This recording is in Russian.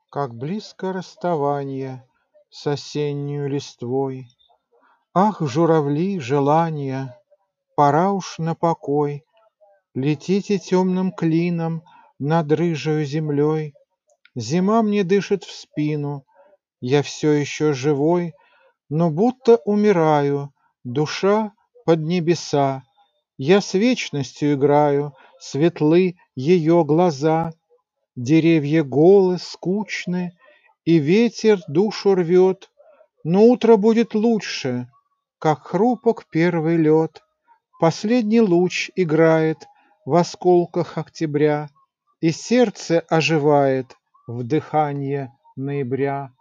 Как близко расставание с осеннюю листвой. Ах, журавли, желания, пора уж на покой. Летите темным клином над рыжею землей. Зима мне дышит в спину, я все еще живой, но будто умираю, душа под небеса. Я с вечностью играю, светлы ее глаза. Деревья голы, скучны, и ветер душу рвет, но утро будет лучше, как хрупок первый лед. Последний луч играет в осколках октября, и сердце оживает в дыханье ноября.